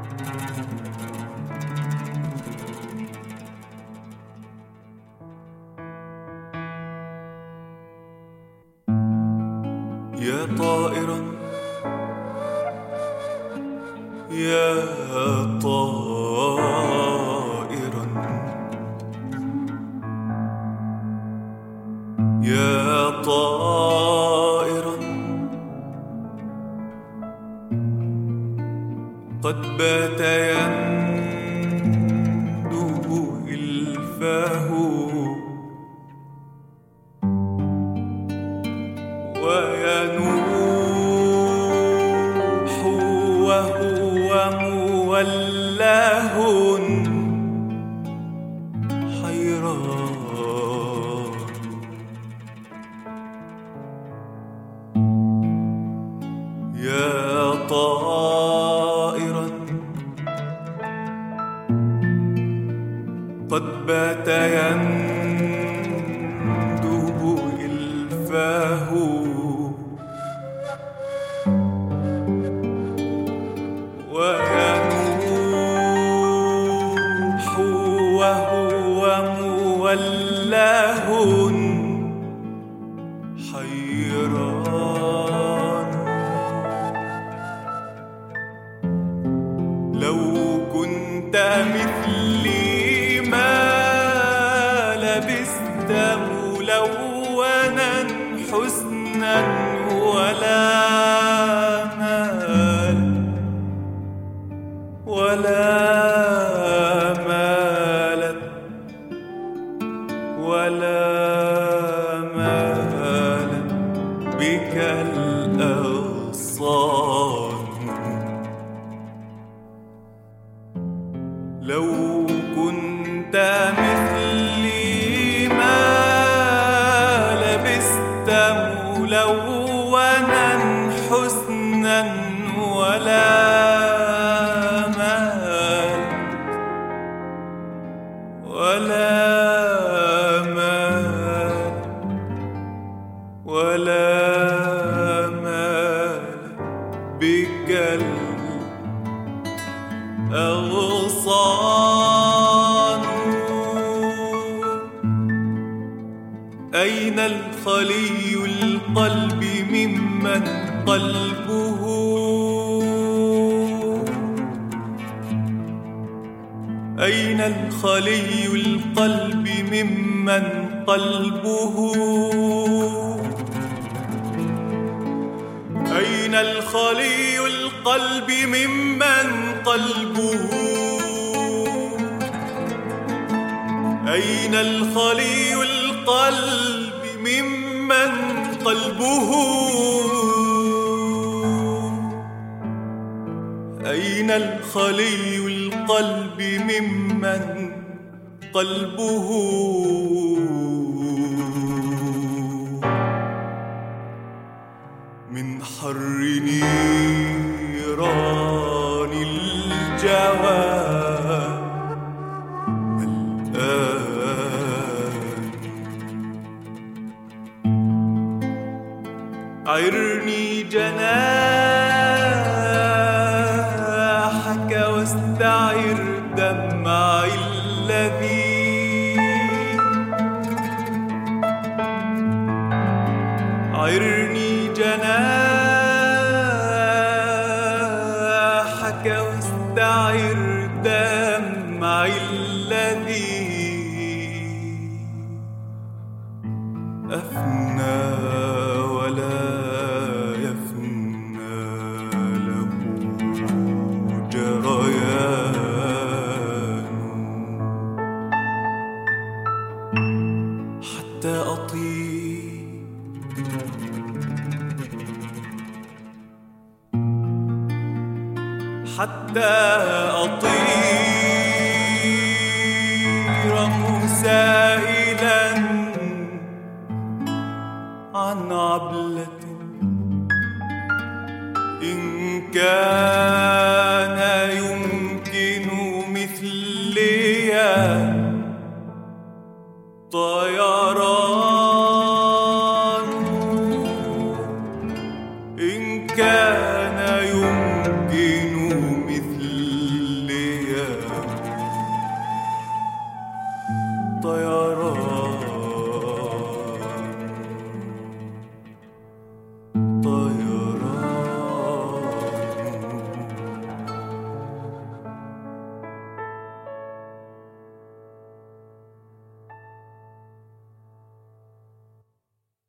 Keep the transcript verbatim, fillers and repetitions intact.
يا طائرا يا طائرا يا طائرا قد بات يندب إلفاه وينوح وهو مولاه حيران. يا طائرا قد بات يندب إلفاه وينوح وهو مولاه حيران. لو كنت مثلي ما لبست ملونا حسنا ولا مال ولا مالت ولا مالت بك الأغصان. لو كنت مثلي ما لبست ملونا حسنا ولا مال ولا مال ولا مال بك الأغصان. أين الخلي القلب ممن قلبه أين الخلي القلب ممن قلبه أين الخلي القلب ممن قلبه أين الخلي القلب ممن قلبه أين الخلي القلب ممن قلبه من حر نيران الجوى الآن. عرني جناحك واستعر دمعي الذي عرني جناحك واستعر دمعي الذي أفنى ولا يفنى له جريان. حتى أطيب حتى أطير مسائلا عن عبلة إن كان